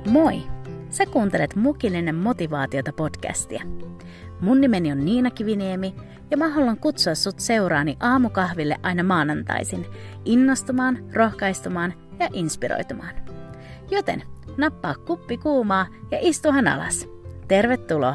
Moi! Sä kuuntelet Mukillinen motivaatiota podcastia. Mun nimeni on Niina Kiviniemi ja mä haluan kutsua sut seuraani aamukahville aina maanantaisin innostumaan, rohkaistumaan ja inspiroitumaan. Joten nappaa kuppi kuumaa ja istuhan alas. Tervetuloa!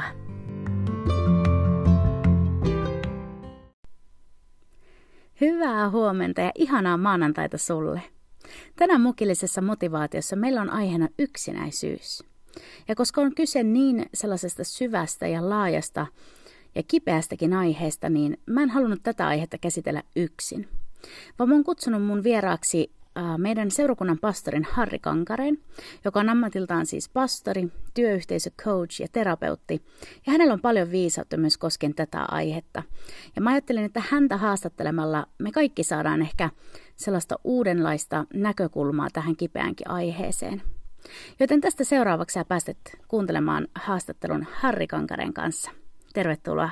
Hyvää huomenta ja ihanaa maanantaita sulle! Tänään Mukillisessa motivaatiossa meillä on aiheena yksinäisyys. Ja koska on kyse niin sellaisesta syvästä ja laajasta ja kipeästäkin aiheesta, niin mä en halunnut tätä aihetta käsitellä yksin. Vaan mä oon kutsunut mun vieraaksi meidän seurakunnan pastorin Harri Kankareen, joka on ammatiltaan siis pastori, työyhteisöcoach ja terapeutti. Ja hänellä on paljon viisautta myös koskien tätä aihetta. Ja mä ajattelin, että häntä haastattelemalla me kaikki saadaan ehkä sellaista uudenlaista näkökulmaa tähän kipeäänkin aiheeseen. Joten tästä seuraavaksi sä pääset kuuntelemaan haastattelun Harri Kankareen kanssa. Tervetuloa!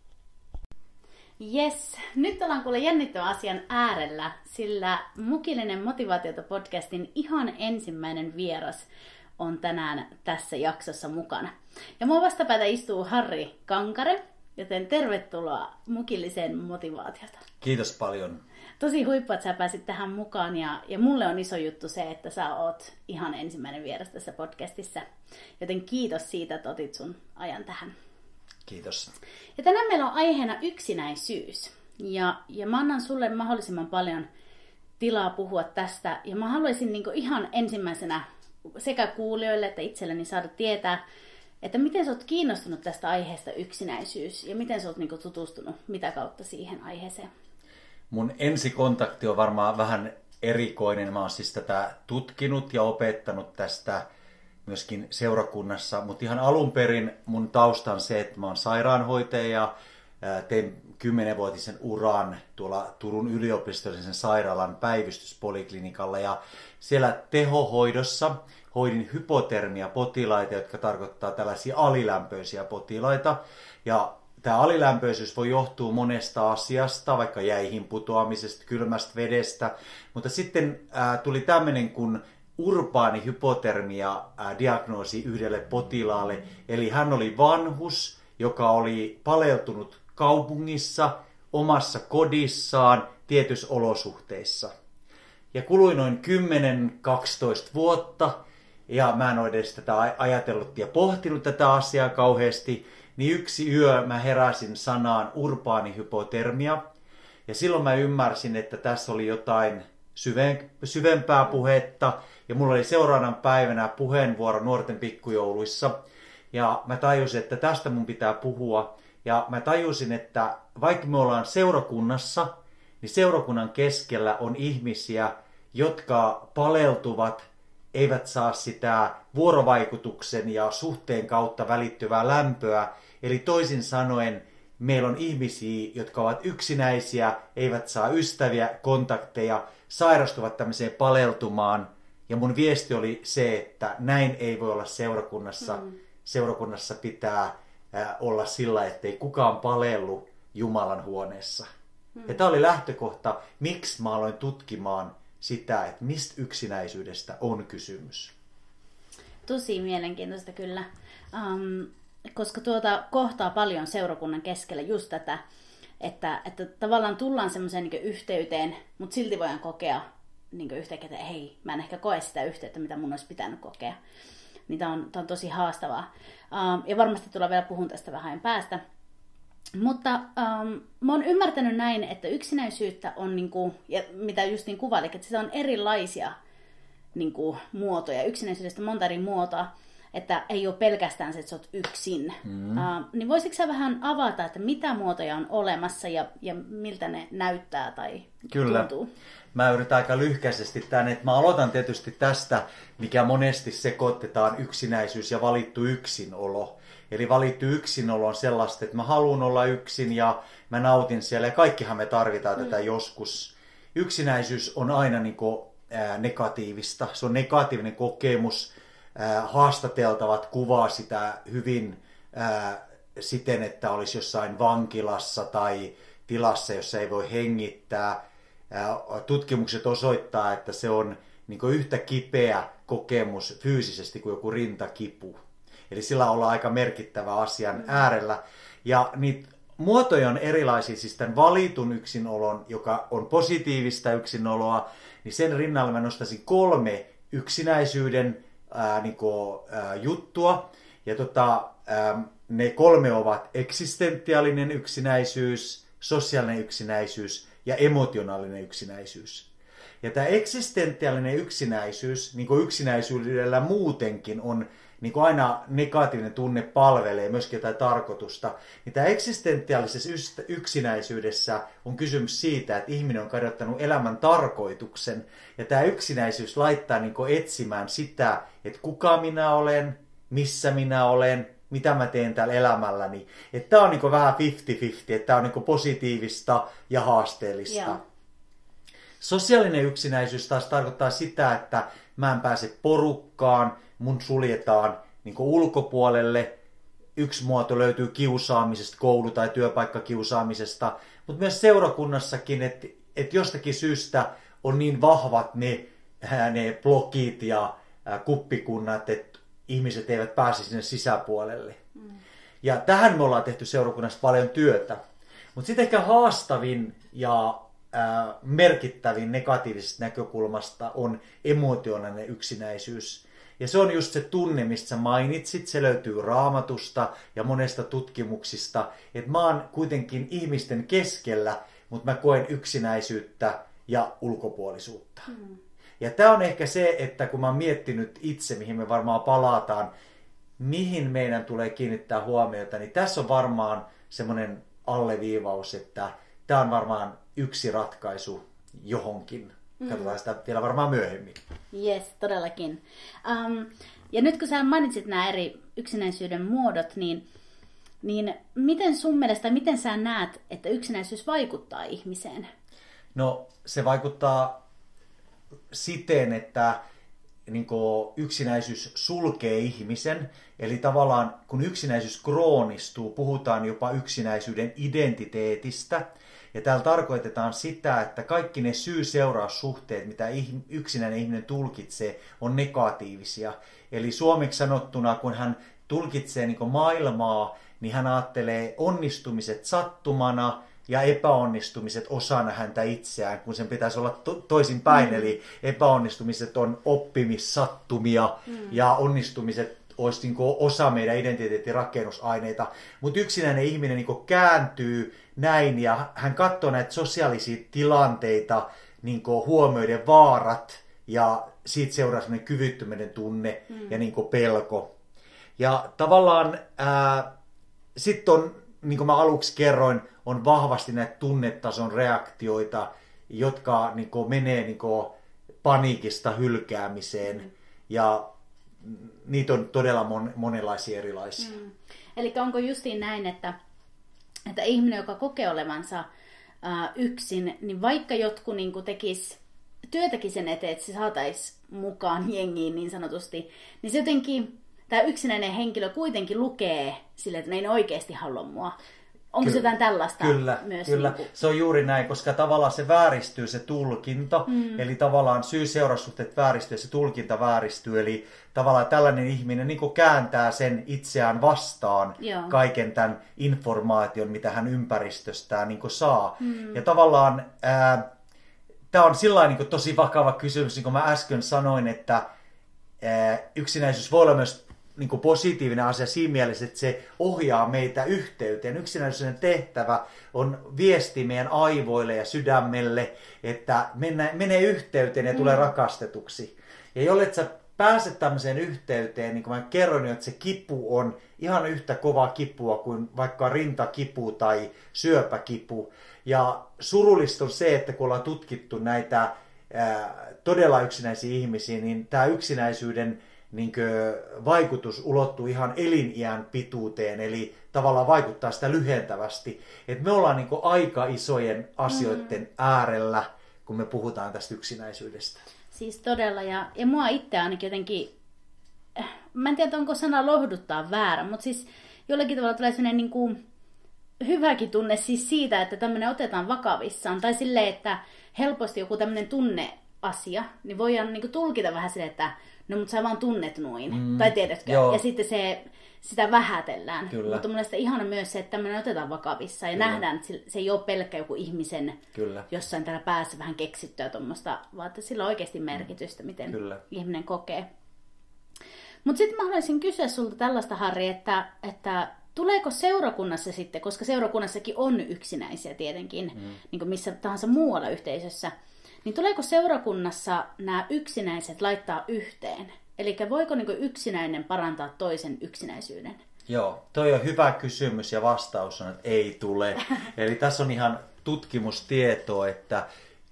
Jes, nyt ollaan kuule jännittävän asian äärellä, sillä Mukillinen motivaatiota podcastin ihan ensimmäinen vieras on tänään tässä jaksossa mukana. Ja mun vastapäätä istuu Harri Kankare, joten tervetuloa Mukilliseen motivaatiota. Kiitos paljon. Tosi huippu, että sä pääsit tähän mukaan ja mulle on iso juttu se, että sä oot ihan ensimmäinen vieras tässä podcastissa. Joten kiitos siitä, että otit sun ajan tähän. Kiitos. Ja tänään meillä on aiheena yksinäisyys. Ja mä annan sulle mahdollisimman paljon tilaa puhua tästä. Ja mä haluaisin ihan ensimmäisenä sekä kuulijoille että itselleni saada tietää, että miten sä oot kiinnostunut tästä aiheesta yksinäisyys ja miten sä oot tutustunut mitä kautta siihen aiheeseen. Mun ensikontakti on varmaan vähän erikoinen. Mä oon siis tätä tutkinut ja opettanut tästä myöskin seurakunnassa, mutta ihan alun perin mun tausta on se, että mä oon sairaanhoitaja ja tein 10-vuotisen uran tuolla Turun yliopistollisen sairaalan päivystyspoliklinikalla ja siellä tehohoidossa hoidin hypotermia-potilaita, jotka tarkoittaa tällaisia alilämpöisiä potilaita. Ja tämä alilämpöisyys voi johtua monesta asiasta, vaikka jäihin putoamisesta, kylmästä vedestä, mutta sitten tuli tämmöinen kuin urbaani hypotermia-diagnoosi yhdelle potilaalle. Eli hän oli vanhus, joka oli paleltunut kaupungissa, omassa kodissaan, tietyissä olosuhteissa. Ja kului noin 10-12 vuotta, ja mä en ole edes tätä ajatellut ja pohtinut tätä asiaa kauheasti, niin yksi yö mä heräsin sanaan urbaani hypotermia, ja silloin mä ymmärsin, että tässä oli jotain syvempää puhetta, ja mulla oli seuraavana päivänä puheenvuoro nuorten pikkujouluissa, ja mä tajusin, että tästä mun pitää puhua, ja mä tajusin, että vaikka me ollaan seurakunnassa, niin seurakunnan keskellä on ihmisiä, jotka paleltuvat, eivät saa sitä vuorovaikutuksen ja suhteen kautta välittyvää lämpöä, eli toisin sanoen, meillä on ihmisiä, jotka ovat yksinäisiä, eivät saa ystäviä, kontakteja, sairastuvat tämmöiseen paleltumaan. Ja mun viesti oli se, että näin ei voi olla seurakunnassa. Seurakunnassa pitää olla sillä, ettei kukaan palellu Jumalan huoneessa. Ja tämä oli lähtökohta, miksi mä aloin tutkimaan sitä, että mistä yksinäisyydestä on kysymys. Tosi mielenkiintoista kyllä. Koska kohtaa paljon seurakunnan keskellä just tätä, että tavallaan tullaan semmoiseen yhteyteen, mutta silti voidaan kokea yhtäkkiä, että hei, mä en ehkä koe sitä yhteyttä, mitä mun olisi pitänyt kokea. Niin tää on tosi haastavaa. Ja varmasti tullaan vielä puhun tästä vähän päästä. Mutta mä oon ymmärtänyt näin, että yksinäisyyttä on, ja mitä just kuvailit, että sitä on erilaisia muotoja. Yksinäisyydestä monta eri muotoa. Että ei ole pelkästään se, että sä oot yksin. Niin voisitko sä vähän avata, että mitä muotoja on olemassa ja miltä ne näyttää tai tuntuu? Mä yritän aika lyhkäisesti tämän, että mä aloitan tietysti tästä, mikä monesti sekoitetaan yksinäisyys ja valittu yksinolo. Eli valittu yksinolo on sellaista, että mä haluan olla yksin ja mä nautin siellä ja kaikkihan me tarvitaan tätä joskus. Yksinäisyys on aina negatiivista, se on negatiivinen kokemus. Haastateltavat kuvaa sitä hyvin siten, että olisi jossain vankilassa tai tilassa, jossa ei voi hengittää. Tutkimukset osoittaa, että se on niin kuin yhtä kipeä kokemus fyysisesti kuin joku rintakipu. Eli sillä ollaan aika merkittävä asian äärellä. Ja niitä muotoja on erilaisia, siis tämän valitun yksinolon, joka on positiivista yksinoloa, niin sen rinnalla mä nostaisin 3 yksinäisyyden juttua. Ja ne 3 ovat eksistentiaalinen yksinäisyys, sosiaalinen yksinäisyys ja emotionaalinen yksinäisyys. Ja tämä eksistentiaalinen yksinäisyys, niin kuin yksinäisyydellä muutenkin on, niin kuin aina negatiivinen tunne palvelee myöskin jotain tarkoitusta, niin tämä eksistentiaalisessa yksinäisyydessä on kysymys siitä, että ihminen on kadottanut elämän tarkoituksen. Ja tämä yksinäisyys laittaa niin kuin etsimään sitä, että kuka minä olen, missä minä olen, mitä mä teen täällä elämälläni. Että tämä on niin kuin vähän 50-50, että tämä on niin kuin positiivista ja haasteellista. Yeah. Sosiaalinen yksinäisyys taas tarkoittaa sitä, että mä en pääse porukkaan, mun suljetaan niin kuin ulkopuolelle. Yksi muoto löytyy kiusaamisesta, koulu- tai työpaikkakiusaamisesta, mutta myös seurakunnassakin, että jostakin syystä on niin vahvat ne blokit ja kuppikunnat, että ihmiset eivät pääse sinne sisäpuolelle. Ja tähän me ollaan tehty seurakunnassa paljon työtä. Mutta sitten ehkä haastavin ja merkittävin negatiivisesta näkökulmasta on emotionaalinen yksinäisyys. Ja se on just se tunne, mistä sä mainitsit. Se löytyy Raamatusta ja monesta tutkimuksista. Että mä oon kuitenkin ihmisten keskellä, mutta mä koen yksinäisyyttä ja ulkopuolisuutta. Ja tää on ehkä se, että kun mä oon miettinyt itse, mihin me varmaan palataan, mihin meidän tulee kiinnittää huomiota, niin tässä on varmaan semmoinen alleviivaus, että tää on varmaan yksi ratkaisu johonkin. Katsotaan sitä vielä varmaan myöhemmin. Yes, todellakin. Ja nyt kun sä mainitsit nämä eri yksinäisyyden muodot, niin miten sun mielestä, miten sä näet, että yksinäisyys vaikuttaa ihmiseen? No se vaikuttaa siten, että yksinäisyys sulkee ihmisen. Eli tavallaan kun yksinäisyys kroonistuu, puhutaan jopa yksinäisyyden identiteetistä. Ja täällä tarkoitetaan sitä, että kaikki ne syy-seuraussuhteet, mitä yksinäinen ihminen tulkitsee, on negatiivisia. Eli suomeksi sanottuna, kun hän tulkitsee maailmaa, niin hän ajattelee onnistumiset sattumana ja epäonnistumiset osana häntä itseään, kun sen pitäisi olla toisinpäin. Eli epäonnistumiset on oppimissattumia ja onnistumiset olisi osa meidän identiteetin rakennusaineita. Mutta yksinäinen ihminen kääntyy näin ja hän katsoo näitä sosiaalisia tilanteita huomioiden vaarat ja siitä seuraa sellainen kyvyttömyyden tunne ja pelko. Ja tavallaan sitten on, niin kuin mä aluksi kerroin, on vahvasti näitä tunnetason reaktioita, jotka menee paniikista hylkäämiseen ja niitä on todella monenlaisia erilaisia. Eli onko justiin näin, että ihminen, joka kokee olevansa yksin, niin vaikka jotkut tekis työtäkin sen eteen, että se saataisiin mukaan jengiin niin sanotusti, niin se jotenkin, tämä yksinäinen henkilö kuitenkin lukee sille, että ne ei oikeasti halua mua. Onko se jotain tällaista myös? Kyllä. Se on juuri näin, koska tavallaan se vääristyy se tulkinta. Eli tavallaan syy-seuraussuhteet vääristyy ja se tulkinta vääristyy. Eli tavallaan tällainen ihminen kääntää sen itseään vastaan kaiken tämän informaation, mitä hän ympäristöstään saa. Ja tavallaan tämä on sillain tosi vakava kysymys, niin kuin mä äsken sanoin, että yksinäisyys voi olla myös positiivinen asia siinä mielessä, että se ohjaa meitä yhteyteen. Yksinäisyyden tehtävä on viesti meidän aivoille ja sydämelle, että menee yhteyteen ja tulee rakastetuksi. Ja jollet sä pääset tämmöiseen yhteyteen, niin kuin mä kerroin jo, että se kipu on ihan yhtä kovaa kipua kuin vaikka rintakipu tai syöpäkipu. Ja surullista on se, että kun ollaan tutkittu näitä todella yksinäisiä ihmisiä, niin tämä yksinäisyyden vaikutus ulottuu ihan eliniän pituuteen, eli tavallaan vaikuttaa sitä lyhentävästi. Et me ollaan aika isojen asioiden äärellä, kun me puhutaan tästä yksinäisyydestä. Siis todella, ja mua itse ainakin jotenkin, mä en tiedä, onko sana lohduttaa väärä, mutta siis jollakin tavalla tulee sellainen hyväkin tunne siis siitä, että tämmöinen otetaan vakavissaan, tai silleen, että helposti joku tämmöinen tunne asia, niin voidaan niin kuin tulkita vähän silleen, että no mutta sä vaan tunnet noin, tai tiedätkö, ja sitten sitä vähätellään. Kyllä. Mutta mun mielestä ihana myös se, että tämmöinen otetaan vakavissa ja nähdään, että se ei ole pelkkä joku ihmisen jossain täällä päässä vähän keksittyä tuommoista, vaan että sillä on oikeasti merkitystä, miten ihminen kokee. Mutta sitten mä haluaisin kysyä sulta tällaista, Harri, että tuleeko seurakunnassa sitten, koska seurakunnassakin on yksinäisiä tietenkin, niin kuin missä tahansa muualla yhteisössä, niin tuleeko seurakunnassa nämä yksinäiset laittaa yhteen? Eli voiko niin kuin yksinäinen parantaa toisen yksinäisyyden? Joo, toi on hyvä kysymys ja vastaus on, että ei tule. Eli tässä on ihan tutkimustietoa, että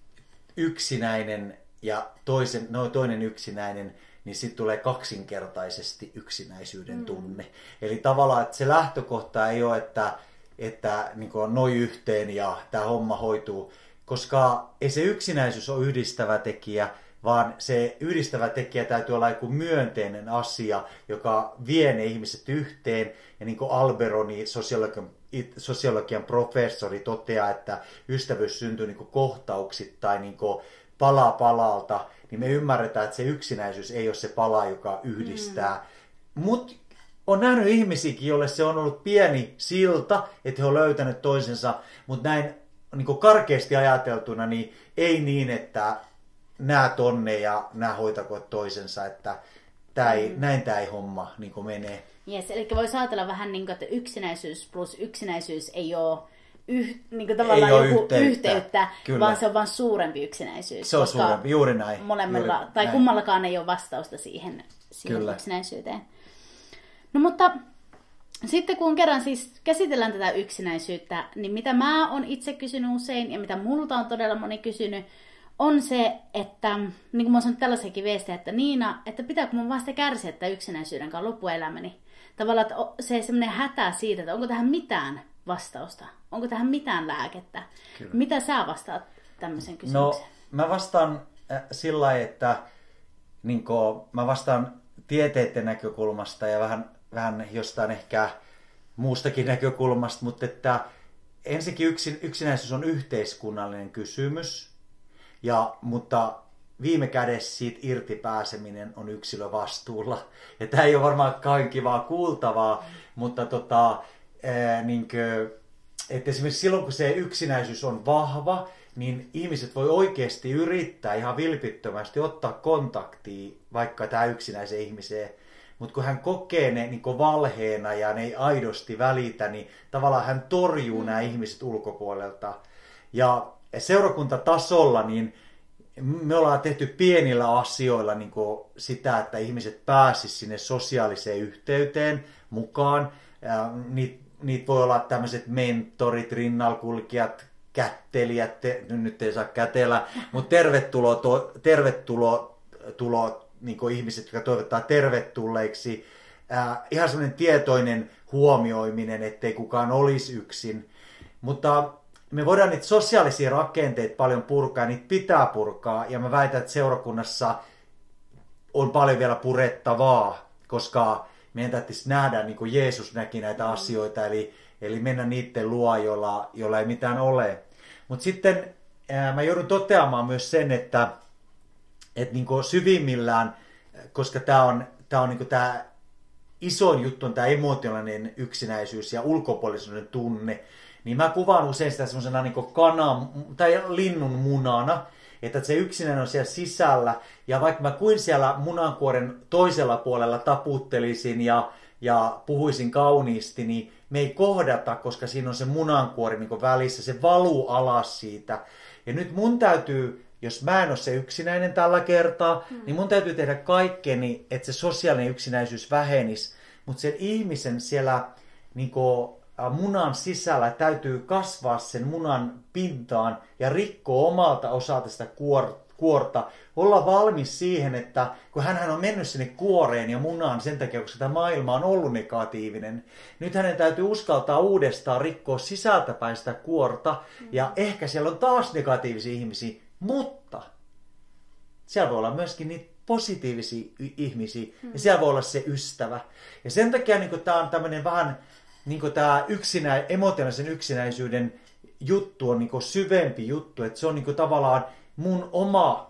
yksinäinen ja toinen yksinäinen, niin sitten tulee kaksinkertaisesti yksinäisyyden tunne. Eli tavallaan, että se lähtökohta ei ole, että niin kuin noi yhteen ja tämä homma hoituu, koska ei se yksinäisyys ole yhdistävä tekijä, vaan se yhdistävä tekijä täytyy olla joku myönteinen asia, joka vie ne ihmiset yhteen. Ja niin kuin Alberoni, sosiologian professori, toteaa, että ystävyys syntyy niin kuin kohtauksittain niin kuin pala palalta, niin me ymmärretään, että se yksinäisyys ei ole se pala, joka yhdistää. Mutta on nähnyt ihmisiäkin, joille se on ollut pieni silta, että he on löytänyt toisensa, mutta näin niin kuin karkeasti ajateltuna, niin ei niin, että nämä tonne ja nämä hoitakoot toisensa, että näin tämä ei homma niin kuin menee. Yes, eli voisi ajatella vähän niin kuin, että yksinäisyys plus yksinäisyys ei ole niin kuin tavallaan ei joku yhteyttä vaan se on vain suurempi yksinäisyys. Se on suurempi, juuri näin. Molemmilla, tai kummallakaan ei ole vastausta siihen yksinäisyyteen. No mutta sitten kun kerran siis käsitellään tätä yksinäisyyttä, niin mitä mä oon itse kysynyt usein ja mitä multa on todella moni kysynyt, on se, että, niin kuin mä oon sanonut tällaisiakin viestejä, että Niina, että pitääkö mun vasta kärsiä tämän yksinäisyyden kanssa loppuelämäni. Tavallaan, että se semmoinen hätä siitä, että onko tähän mitään vastausta, onko tähän mitään lääkettä. Kyllä. Mitä sä vastaat tämmöisen kysymykseen? No, mä vastaan sillä lailla, että niin mä vastaan tieteiden näkökulmasta ja vähän jostain ehkä muustakin näkökulmasta, mutta että ensinnäkin yksinäisyys on yhteiskunnallinen kysymys, mutta viime kädessä siitä irti pääseminen on yksilövastuulla. Ja tämä ei ole varmaan kauhean kivaa kuultavaa, mutta että esimerkiksi silloin, kun se yksinäisyys on vahva, niin ihmiset voi oikeasti yrittää ihan vilpittömästi ottaa kontaktia vaikka tämä yksinäiseen ihmiseen. Mutta kun hän kokee ne niin valheena ja ne ei aidosti välitä, niin tavallaan hän torjuu nämä ihmiset ulkopuolelta. Ja seurakuntatasolla niin me ollaan tehty pienillä asioilla niin sitä, että ihmiset pääsisivät sinne sosiaaliseen yhteyteen mukaan. Niitä voi olla tämmöiset mentorit, rinnalkulkijat, kättelijät, nyt ei saa kätellä, mutta tervetulo niin ihmiset, jotka toivottaa tervetulleiksi. Ihan semmoinen tietoinen huomioiminen, ettei kukaan olisi yksin. Mutta me voidaan niitä sosiaalisia rakenteita paljon purkaa, niitä pitää purkaa, ja mä väitän, että seurakunnassa on paljon vielä purettavaa, koska meidän täytyisi nähdä, niin kuin Jeesus näki näitä asioita, eli mennä niiden luo, joilla ei mitään ole. Mutta sitten mä joudun toteamaan myös sen, että niin kuin syvimmillään, koska tämä on niin kuin tämä isoin juttu on tämä emotionaalinen yksinäisyys ja ulkopuolisuuden tunne, niin mä kuvaan usein sitä semmoisena niin kuin tai linnun munana, että se yksinäinen on siellä sisällä, ja vaikka mä kuin siellä munankuoren toisella puolella taputtelisin ja puhuisin kauniisti, niin me ei kohdata, koska siinä on se munankuori niin kuin välissä, se valuu alas siitä. Ja nyt mun täytyy, jos mä en ole se yksinäinen tällä kertaa, niin mun täytyy tehdä kaikkeni, että se sosiaalinen yksinäisyys vähenisi, mutta sen ihmisen siellä niin kuin munan sisällä täytyy kasvaa sen munan pintaan ja rikkoa omalta osalta sitä kuorta. Olla valmis siihen, että kun hän on mennyt sinne kuoreen ja munaan sen takia, koska tämä maailma on ollut negatiivinen, nyt hänen täytyy uskaltaa uudestaan rikkoa sisältäpäin sitä kuorta. Ja ehkä siellä on taas negatiivisia ihmisiä, mutta siellä voi olla myöskin niitä positiivisia ihmisiä ja siellä voi olla se ystävä. Ja sen takia niin tämä on tämmöinen vähän niin tämä emotionaalisen yksinäisyyden juttu on niin syvempi juttu, että se on niin tavallaan mun oma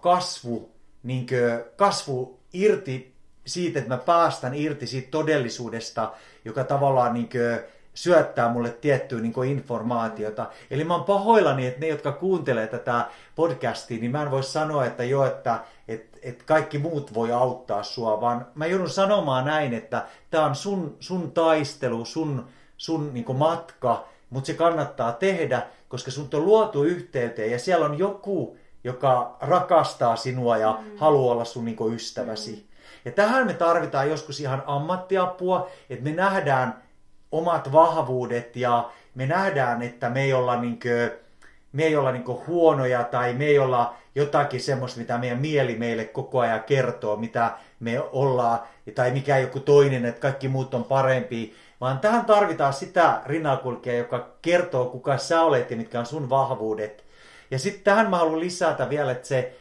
kasvu irti siitä, että mä päästän irti siitä todellisuudesta, joka tavallaan syöttää mulle tiettyä informaatiota. Eli mä oon pahoillani, että ne, jotka kuuntelee tätä podcastia, niin mä en voi sanoa, että että kaikki muut voi auttaa sua, vaan mä joudun sanomaan näin, että tää on sun taistelu, sun matka, mutta se kannattaa tehdä, koska sun on luotu yhteyteen ja siellä on joku, joka rakastaa sinua ja haluaa olla sun ystäväsi. Ja tähän me tarvitaan joskus ihan ammattiapua, että me nähdään omat vahvuudet ja me nähdään, että me ei olla, huonoja tai me ei olla jotakin semmoista, mitä meidän mieli meille koko ajan kertoo, mitä me ollaan tai mikä joku toinen, että kaikki muut on parempi. Vaan tähän tarvitaan sitä rinnankulkijaa, joka kertoo, kuka sä olet ja mitkä on sun vahvuudet. Ja sitten tähän mä haluan lisätä vielä, että se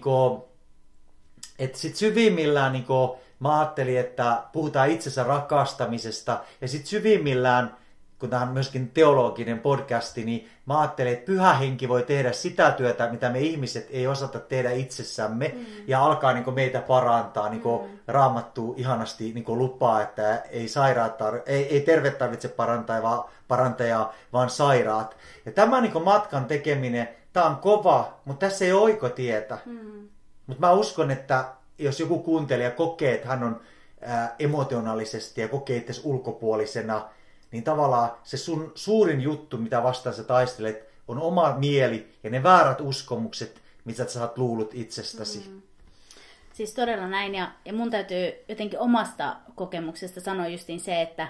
että sit syvimmillään mä ajattelin, että puhutaan itsensä rakastamisesta ja sitten syvimmillään, kun tämä on myöskin teologinen podcasti, niin mä ajattelin, että Pyhä Henki voi tehdä sitä työtä, mitä me ihmiset ei osata tehdä itsessämme ja alkaa meitä parantaa. Raamattu ihanasti lupaa, että ei terveet tarvitse parantajaa, vaan sairaat. Ja tämä matkan tekeminen, tämä on kova, mutta tässä ei ole oikotietä. Mutta mä uskon, että jos joku kuuntelija kokee, että hän on emotionaalisesti ja kokee itse ulkopuolisena, niin tavallaan se sun suurin juttu, mitä vastaan sä taistelet, on oma mieli ja ne väärät uskomukset, mitä sä oot luullut itsestäsi. Siis todella näin, ja mun täytyy jotenkin omasta kokemuksesta sanoa justiin se, että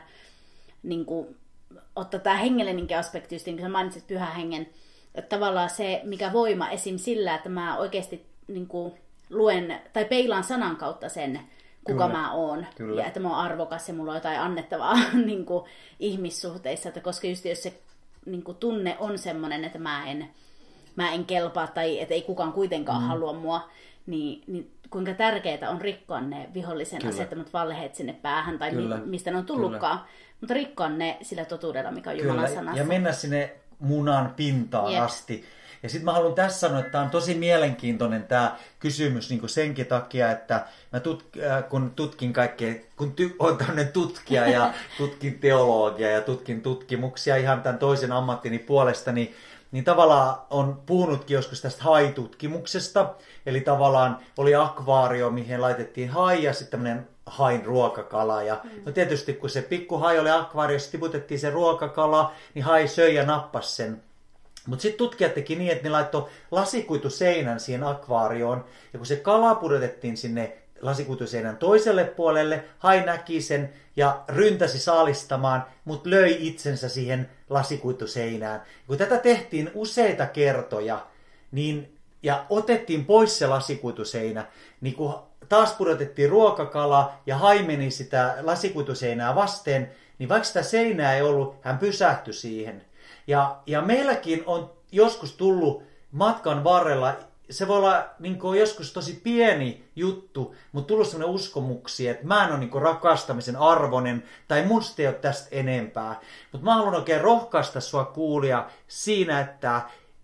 ottaa tämä hengellinenkin aspekti, just niin kuin sä mainitsit Pyhän Hengen, että tavallaan se, mikä voima esim. Sillä, että mä oikeasti luen tai peilaan sanan kautta sen, kuka mä oon. Kyllä. Ja että mä oon arvokas ja mulla on jotain annettavaa ihmissuhteissa. Että koska just jos se tunne on semmoinen, että mä en kelpaa tai että ei kukaan kuitenkaan halua mua, niin kuinka tärkeää on rikkoa ne vihollisen asettamat valheet sinne päähän tai mistä ne on tullutkaan. Mutta rikkoa ne sillä totuudella, mikä on Jumalan sanassa. Ja mennä sinne munan pintaan asti. Ja sitten mä haluan tässä sanoa, että tämä on tosi mielenkiintoinen tämä kysymys senkin takia, että mä kun tutkin kaikkea, olen tämmöinen tutkija ja tutkin teologiaa ja tutkin tutkimuksia ihan tämän toisen ammattini puolesta, niin tavallaan on puhunutkin joskus tästä haitutkimuksesta. Eli tavallaan oli akvaario, mihin laitettiin hai ja sitten tämmöinen hain ruokakala. Ja no tietysti kun se pikku hai oli akvaariossa, tiputettiin se ruokakala, niin hai söi ja nappasi sen. Mutta sitten tutkijat teki niin, että ne laittoi lasikuituseinän siihen akvaarioon. Ja kun se kala pudotettiin sinne lasikuituseinän toiselle puolelle, hai näki sen ja ryntäsi saalistamaan, mutta löi itsensä siihen lasikuituseinään. Ja kun tätä tehtiin useita kertoja, ja otettiin pois se lasikuituseinä, niin kun taas pudotettiin ruokakala ja hai meni sitä lasikuituseinää vasten, niin vaikka sitä seinää ei ollut, hän pysähtyi siihen. Ja meilläkin on joskus tullut matkan varrella, se voi olla joskus tosi pieni juttu, mutta tullut sellainen uskomuksia, että mä en ole rakastamisen arvoinen tai musta ei ole tästä enempää. Mutta mä haluan oikein rohkaista sua kuulia siinä, että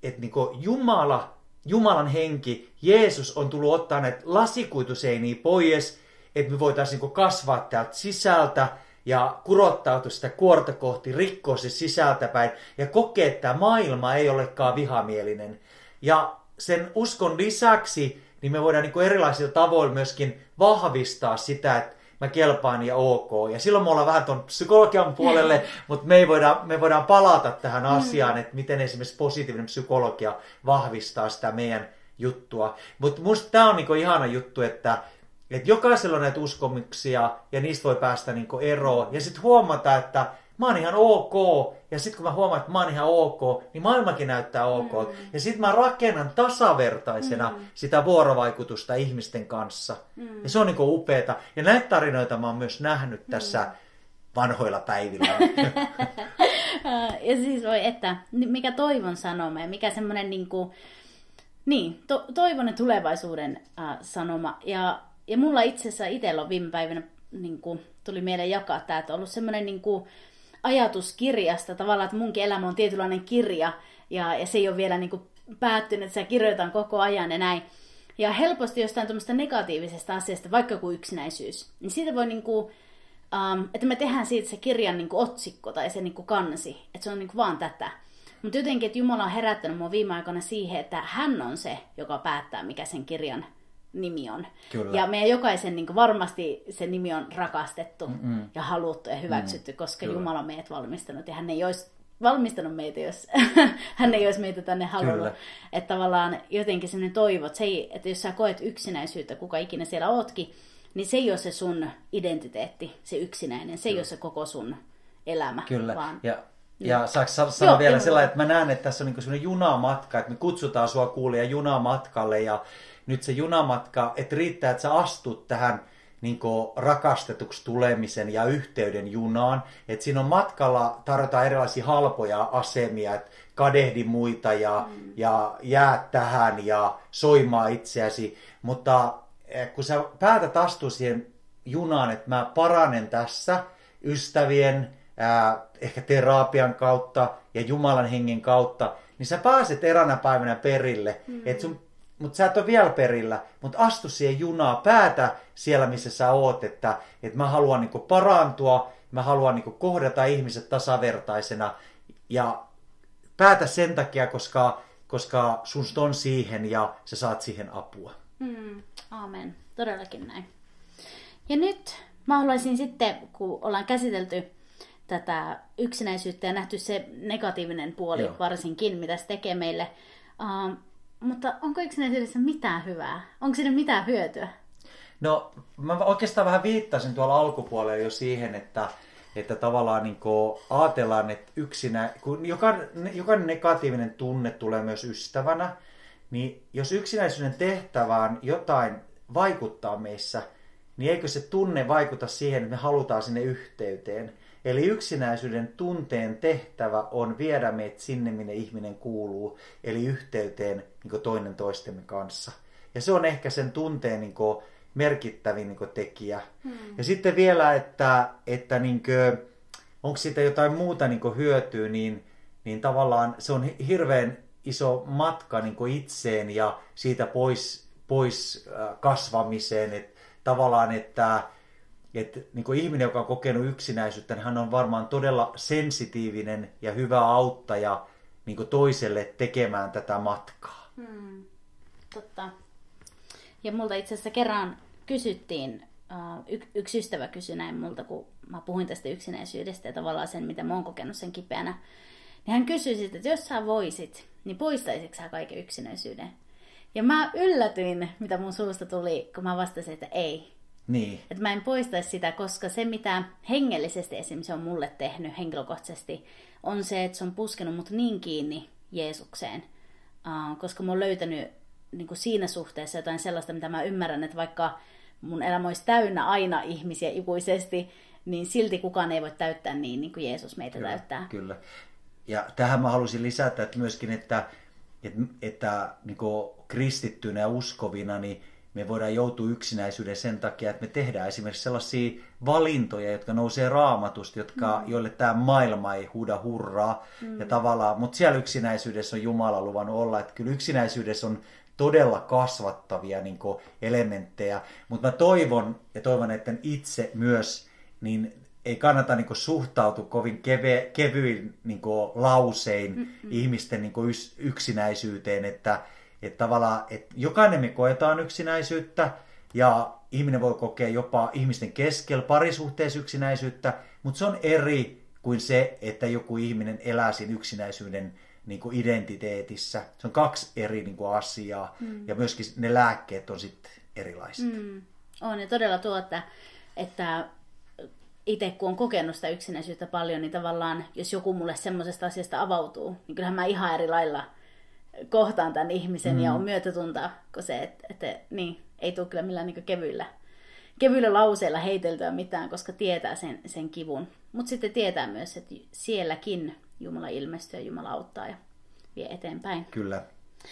Jumalan henki, Jeesus on tullut ottaa näitä lasikuituseiniä pois, että me voitaisiin kasvaa täältä sisältä ja kurottautua sitä kuorta kohti, rikkoa se sisältäpäin ja kokea, että tämä maailma ei olekaan vihamielinen. Ja sen uskon lisäksi niin me voidaan erilaisilla tavoilla myöskin vahvistaa sitä, että mä kelpaan ja ok. Ja silloin me ollaan vähän tuon psykologian puolelle, mutta me voidaan palata tähän asiaan, että miten esimerkiksi positiivinen psykologia vahvistaa sitä meidän juttua. Mutta musta tämä on ihana juttu, että jokaisella on näitä uskomuksia ja niistä voi päästä eroon. Ja sitten huomata, että mä oon ihan ok. Ja sitten kun mä huomaan, että mä oon ihan ok, niin maailmakin näyttää ok. Ja sitten mä rakennan tasavertaisena sitä vuorovaikutusta ihmisten kanssa. Ja se on upeeta. Ja näitä tarinoita mä oon myös nähnyt tässä vanhoilla päivillä. Ja siis että mikä toivon sanoma ja mikä semmoinen toivon ja tulevaisuuden sanoma. Ja mulla itse asiassa itsellä on viime päivinä tuli mieleen jakaa tämä, että on ollut semmoinen ajatus kirjasta tavallaan, että munkin elämä on tietynlainen kirja ja se ei ole vielä päättynyt, että se kirjoitan koko ajan ja näin. Ja helposti jostain tuommoista negatiivisesta asiasta, vaikka joku yksinäisyys, niin siitä voi niinku, että me tehdään siitä se kirjan niinku otsikko tai se niinku kansi, että se on niinku vaan tätä. Mutta jotenkin, että Jumala on herättänyt mua viime aikoina siihen, että hän on se, joka päättää, mikä sen kirjan nimi on. Kyllä. Ja meidän jokaisen niin varmasti se nimi on rakastettu ja haluttu ja hyväksytty, koska Kyllä. Jumala on meidät valmistanut. Ja hän ei olisi valmistanut meitä, jos hän ei olisi meitä tänne halunnut. Että tavallaan jotenkin sellainen toivo, että jos sä koet yksinäisyyttä, kuka ikinä siellä ootkin, niin se ei ole se sun identiteetti, se yksinäinen. Se ei ole se koko sun elämä. Kyllä. Vaan... Ja saanko sanoa vielä sellainen, että mä näen, että tässä on niin sellainen junamatka, että me kutsutaan sua kuulija junamatkalle ja nyt se junamatka, että riittää, että sä astut tähän niin rakastetuksi tulemisen ja yhteyden junaan. Että siinä on matkalla tarjotaan erilaisia halpoja asemia, että kadehdi muita ja jää tähän ja soimaa itseäsi. Mutta kun sä päätät astua siihen junaan, että mä paranen tässä ystävien, ehkä terapian kautta ja Jumalan hengen kautta, niin sä pääset eräänä päivänä perille. Mutta sä et ole vielä perillä, mutta astu siihen junaan, päätä siellä, missä sä oot, että mä haluan niinku parantua, mä haluan niinku kohdata ihmiset tasavertaisena ja päätä sen takia, koska sun on siihen ja sä saat siihen apua. Aamen, todellakin näin. Ja nyt mä haluaisin sitten, kun ollaan käsitelty tätä yksinäisyyttä ja nähty se negatiivinen puoli varsinkin, mitä se tekee meille, mutta onko yksinäisyydessä mitään hyvää? Onko siinä mitään hyötyä? No, mä oikeastaan vähän viittasin tuolla alkupuolella jo siihen, että tavallaan niin ajatellaan, että kun jokainen negatiivinen tunne tulee myös ystävänä, niin jos yksinäisyyden tehtävään jotain vaikuttaa meissä, niin eikö se tunne vaikuta siihen, että me halutaan sinne yhteyteen? Eli yksinäisyyden tunteen tehtävä on viedä meitä sinne, minne ihminen kuuluu, eli yhteyteen niin toinen toistemme kanssa. Ja se on ehkä sen tunteen niin merkittävin niin tekijä. Ja sitten vielä, että niin kuin, onko siitä jotain muuta niin hyötyä, niin tavallaan se on hirveän iso matka niin itseen ja siitä pois kasvamiseen. Että tavallaan, että niin kuin ihminen, joka on kokenut yksinäisyyttä, niin hän on varmaan todella sensitiivinen ja hyvä auttaja niin kuin toiselle tekemään tätä matkaa. Totta. Ja multa itse asiassa kerran kysyttiin, yksi ystävä kysyi näin multa, kun mä puhuin tästä yksinäisyydestä ja tavallaan sen, mitä mä oon kokenut sen kipeänä. Niin hän kysyi sitten, että jos sä voisit, niin poistaisitko sä kaiken yksinäisyyden? Ja mä yllätyin, mitä mun suusta tuli, kun mä vastasin, että ei. Niin. Että mä en poistaisi sitä, koska se, mitä hengellisesti esimerkiksi se on mulle tehnyt henkilökohtaisesti, on se, että se on puskenut mut niin kiinni Jeesukseen. Koska mä oon löytänyt niin kuin siinä suhteessa jotain sellaista, mitä mä ymmärrän, että vaikka mun elämä olisi täynnä aina ihmisiä ikuisesti, niin silti kukaan ei voi täyttää niin kuin Jeesus meitä täyttää. Kyllä. Ja tähän mä halusin lisätä, että myöskin, että niin kuin kristittynä ja uskovina, niin me voidaan joutua yksinäisyyden sen takia, että me tehdään esimerkiksi sellaisia valintoja, jotka nousee Raamatusta, joille tämä maailma ei huuda hurraa. Ja tavallaan, mutta siellä yksinäisyydessä on Jumala luvannut olla, että kyllä yksinäisyydessä on todella kasvattavia niin kuin elementtejä. Mutta mä toivon, että itse myös, niin ei kannata niin kuin suhtautua kovin kevyin niin kuin lausein ihmisten niin kuin yksinäisyyteen, että tavallaan, että jokainen me koetaan yksinäisyyttä ja ihminen voi kokea jopa ihmisten keskellä parisuhteessa yksinäisyyttä, mutta se on eri kuin se, että joku ihminen elää siinä yksinäisyyden niin kuin identiteetissä. Se on kaksi eri niin kuin asiaa ja myöskin ne lääkkeet on sitten erilaiset. On ja todella että itse kun on kokenut sitä yksinäisyyttä paljon, niin tavallaan jos joku mulle semmoisesta asiasta avautuu, niin kyllähän mä ihan eri lailla kohtaan tämän ihmisen ja on myötätuntaa, kun se, että niin, ei tule kyllä millään niin kevyillä lauseilla heiteltyä mitään, koska tietää sen kivun. Mutta sitten tietää myös, että sielläkin Jumala ilmestyy ja Jumala auttaa ja vie eteenpäin. Kyllä.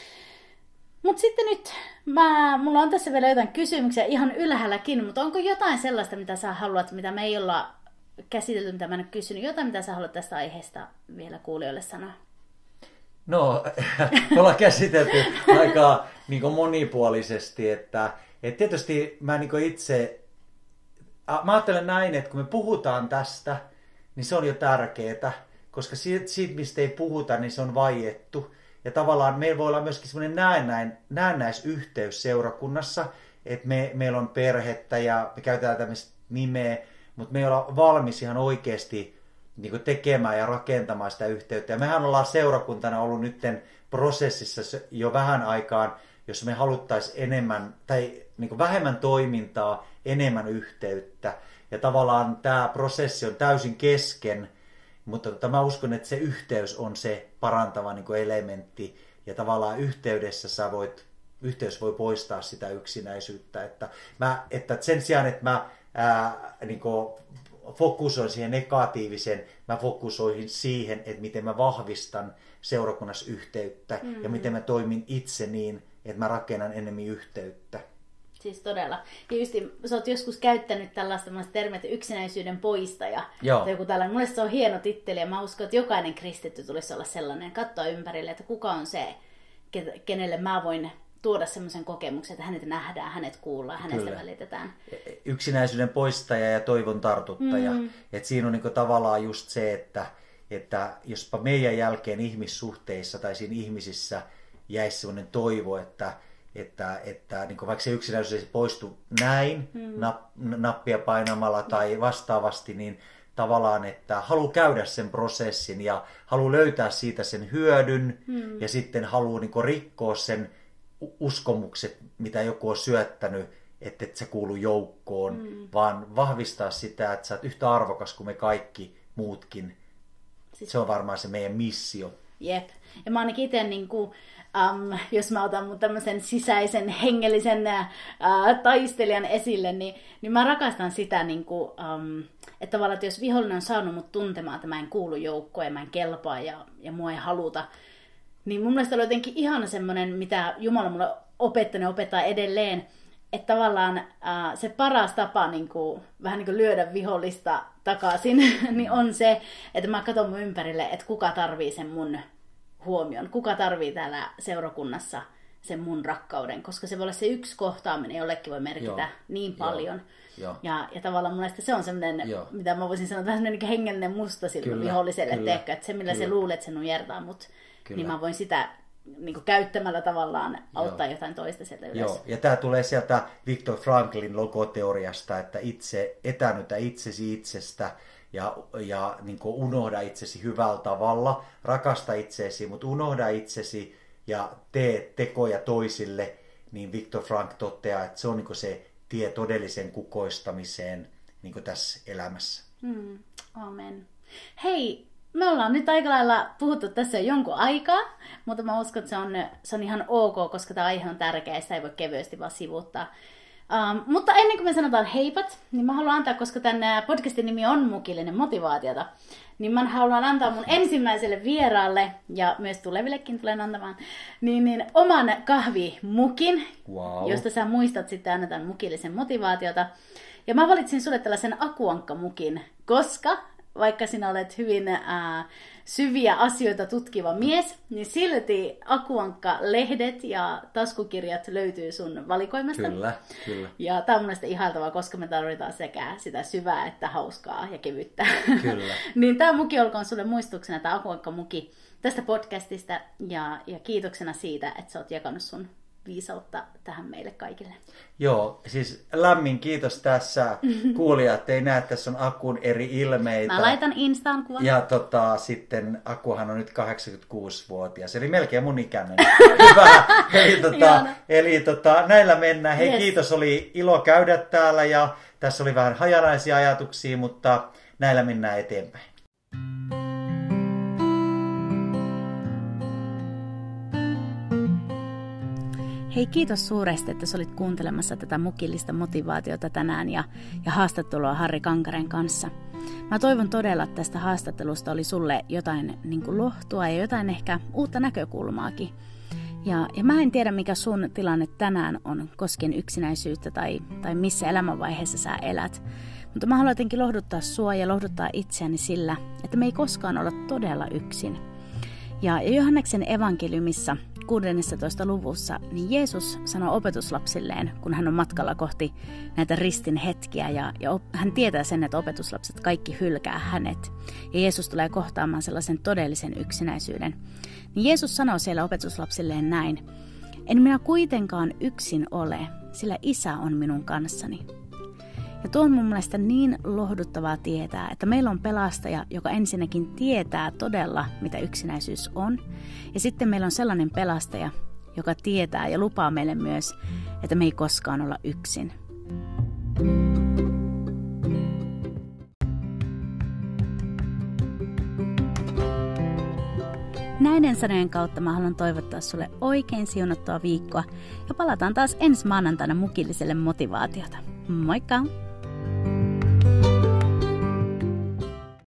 Mutta sitten nyt, mulla on tässä vielä jotain kysymyksiä ihan ylhäälläkin, mutta onko jotain sellaista, mitä sä haluat, mitä me ei olla käsitelty, mitä mä en ole kysynyt, jotain, mitä sä haluat tästä aiheesta vielä kuulijoille sanoa? No, me ollaan käsitelty aika niin kuin monipuolisesti, että tietysti mä niin kuin itse, mä ajattelen näin, että kun me puhutaan tästä, niin se on jo tärkeää, koska siitä mistä ei puhuta, niin se on vaiettu. Ja tavallaan meillä voi olla myöskin semmoinen näennäisyhteys seurakunnassa, että meillä on perhettä ja me käytetään tämmöistä nimeä, mutta me ei olla valmis ihan oikeasti niin kuin tekemään ja rakentamaan sitä yhteyttä. Ja mehän ollaan seurakuntana ollut nytten prosessissa jo vähän aikaan, jos me haluttaisiin enemmän tai niin kuin vähemmän toimintaa, enemmän yhteyttä. Ja tavallaan tämä prosessi on täysin kesken, mutta mä uskon, että se yhteys on se parantava niin kuin elementti. Ja tavallaan yhteys voi poistaa sitä yksinäisyyttä. Että sen sijaan, että mä niin kuin fokusoin siihen negatiiviseen, mä fokusoin siihen, että miten mä vahvistan seurakunnassa yhteyttä ja miten mä toimin itse niin, että mä rakennan enemmän yhteyttä. Siis todella. Ja just, sä oot joskus käyttänyt tällaista termiä, että yksinäisyyden poistaja. Tai joku tällainen. Mulle se on hieno titteli ja mä uskon, että jokainen kristitty tulisi olla sellainen. Katsoa ympärille, että kuka on se, kenelle mä voin tuoda semmoisen kokemuksen, että hänet nähdään, hänet kuullaan, hänestä välitetään. Yksinäisyyden poistaja ja toivon tartuttaja. Et siinä on niinku tavallaan just se, että jospa meidän jälkeen ihmissuhteissa tai siinä ihmisissä jäisi semmoinen toivo, että niin vaikka se yksinäisyys ei poistu näin nappia painamalla tai vastaavasti, niin tavallaan, että haluaa käydä sen prosessin ja haluaa löytää siitä sen hyödyn ja sitten haluaa niin rikkoa sen uskomukset, mitä joku on syöttänyt, että et sä kuulu joukkoon, vaan vahvistaa sitä, että sä oot yhtä arvokas kuin me kaikki muutkin. Se on varmaan se meidän missio. Jep. Ja mä ainakin itse, jos mä otan mun tämmöisen sisäisen hengellisen taistelijan esille, niin mä rakastan sitä, että tavallaan, että jos vihollinen on saanut mut tuntemaan, että mä en kuulu joukkoon ja mä en kelpaa ja mua ei haluta, niin mun mielestä oli jotenkin ihana semmoinen, mitä Jumala mulle opettaa edelleen, että tavallaan se paras tapa vähän lyödä vihollista takaisin, niin on se, että mä katson mun ympärille, että kuka tarvii sen mun huomion, kuka tarvii täällä seurakunnassa sen mun rakkauden, koska se voi olla se yksi kohtaaminen, jollekin voi merkitä niin paljon. Ja tavallaan mun mielestä se on semmoinen, mitä mä voisin sanoa, vähän semmoinen hengellinen musta sille viholliselle, että se millä se luulee, että se nujertaa mut, niin mä voin sitä käyttämällä tavallaan auttaa jotain toista sieltä ylös. Joo, ja tämä tulee sieltä Viktor Franklin logoteoriasta, että etänytä itsesi itsestä ja unohda itsesi hyvällä tavalla, rakasta itsesi, mutta unohda itsesi ja tee tekoja toisille, niin Viktor Frank toteaa, että se on se tie todelliseen kukoistamiseen tässä elämässä. Amen. Hei, me ollaan nyt aika lailla puhuttu tässä jo jonkun aikaa, mutta mä uskon, että se on ihan ok, koska tämä aihe on tärkeä ja sitä ei voi kevyesti vaan sivuuttaa. Mutta ennen kuin me sanotaan heipat, niin mä haluan antaa, koska tämän podcastin nimi on Mukillinen motivaatiota, niin mä haluan antaa mun ensimmäiselle vieraalle, ja myös tulevillekin tulen antamaan, niin oman kahvimukin, josta sä muistat sitten aina tämän Mukillisen motivaatiota. Ja mä valitsin sulle tällaisen akuankkamukin, koska vaikka sinä olet hyvin syviä asioita tutkiva mies, niin silti akuankka-lehdet ja taskukirjat löytyy sun valikoimasta. Kyllä. Ja tämä on mun ihailtavaa, koska me tarvitaan sekä sitä syvää että hauskaa ja kevyttä. Kyllä. Niin tämä muki olkoon sulle muistuksena, tämä akuankka-muki tästä podcastista ja kiitoksena siitä, että sä oot jakanut sun viisautta tähän meille kaikille. Joo, siis lämmin kiitos tässä. Kuulijat ei näe, tässä on Akun eri ilmeitä. Mä laitan Instaan kuvan. Ja sitten Akuhan on nyt 86-vuotias, eli melkein mun ikäinen. Hyvä. Eli näillä mennään. Hei, kiitos, oli ilo käydä täällä ja tässä oli vähän hajanaisia ajatuksia, mutta näillä mennään eteenpäin. Hei, kiitos suuresti, että sä olit kuuntelemassa tätä mukillista motivaatiota tänään ja haastattelua Harri Kankaren kanssa. Mä toivon todella, että tästä haastattelusta oli sulle jotain lohtua ja jotain ehkä uutta näkökulmaakin. Ja mä en tiedä, mikä sun tilanne tänään on koskien yksinäisyyttä tai missä elämänvaiheessa sä elät. Mutta mä haluan jotenkin lohduttaa sua ja lohduttaa itseäni sillä, että me ei koskaan olla todella yksin. Ja Johanneksen evankeliumissa 16. luvussa niin Jeesus sanoo opetuslapsilleen, kun hän on matkalla kohti näitä ristin hetkiä ja hän tietää sen, että opetuslapset kaikki hylkää hänet. Ja Jeesus tulee kohtaamaan sellaisen todellisen yksinäisyyden. Niin Jeesus sanoo siellä opetuslapsilleen näin: en minä kuitenkaan yksin ole, sillä Isä on minun kanssani. Ja tuo on mun mielestä niin lohduttavaa tietää, että meillä on pelastaja, joka ensinnäkin tietää todella, mitä yksinäisyys on. Ja sitten meillä on sellainen pelastaja, joka tietää ja lupaa meille myös, että me ei koskaan olla yksin. Näiden sanojen kautta mä haluan toivottaa sulle oikein siunattua viikkoa ja palataan taas ensi maanantaina mukilliselle motivaatiota. Moikka!